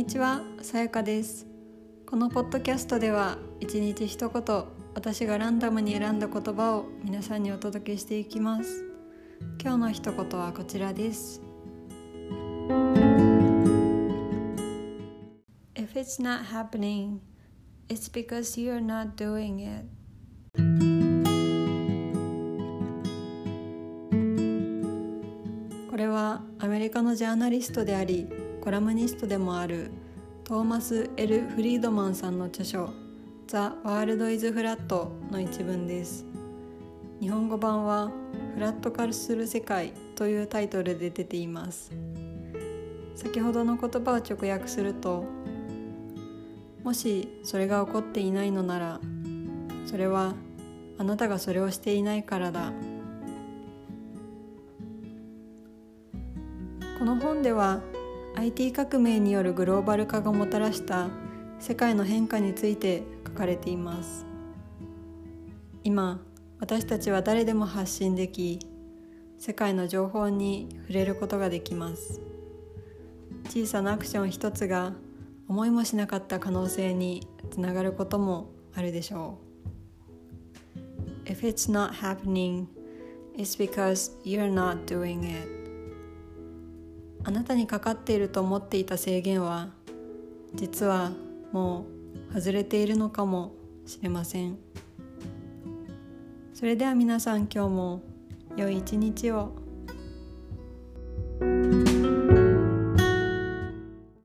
にちは、さやかです。このポッドキャストでは一日一言、私がランダムに選んだ言葉を皆さんにお届けしていきます。今日の一言はこちらです。 If it's not happening, it's because you're not doing it. これはアメリカのジャーナリストでありコラムニストでもあるトーマス・エル・フリードマンさんの著書「ザ・ワールド・イズ・フラット」の一文です。日本語版はフラット化する世界というタイトルで出ています。先ほどの言葉を直訳すると、もしそれが起こっていないのなら、それはあなたがそれをしていないからだ。この本では IT 革命によるグローバル化がもたらした世界の変化について書かれています。今、私たちは誰でも発信でき、世界の情報に触れることができます。小さなアクション一つが思いもしなかった可能性につながることもあるでしょう。If it's not happening, it's because you're not doing it. あなたにかかっていると思っていた制限は、実はもう外れているのかもしれません。それでは皆さん、今日も良い一日を。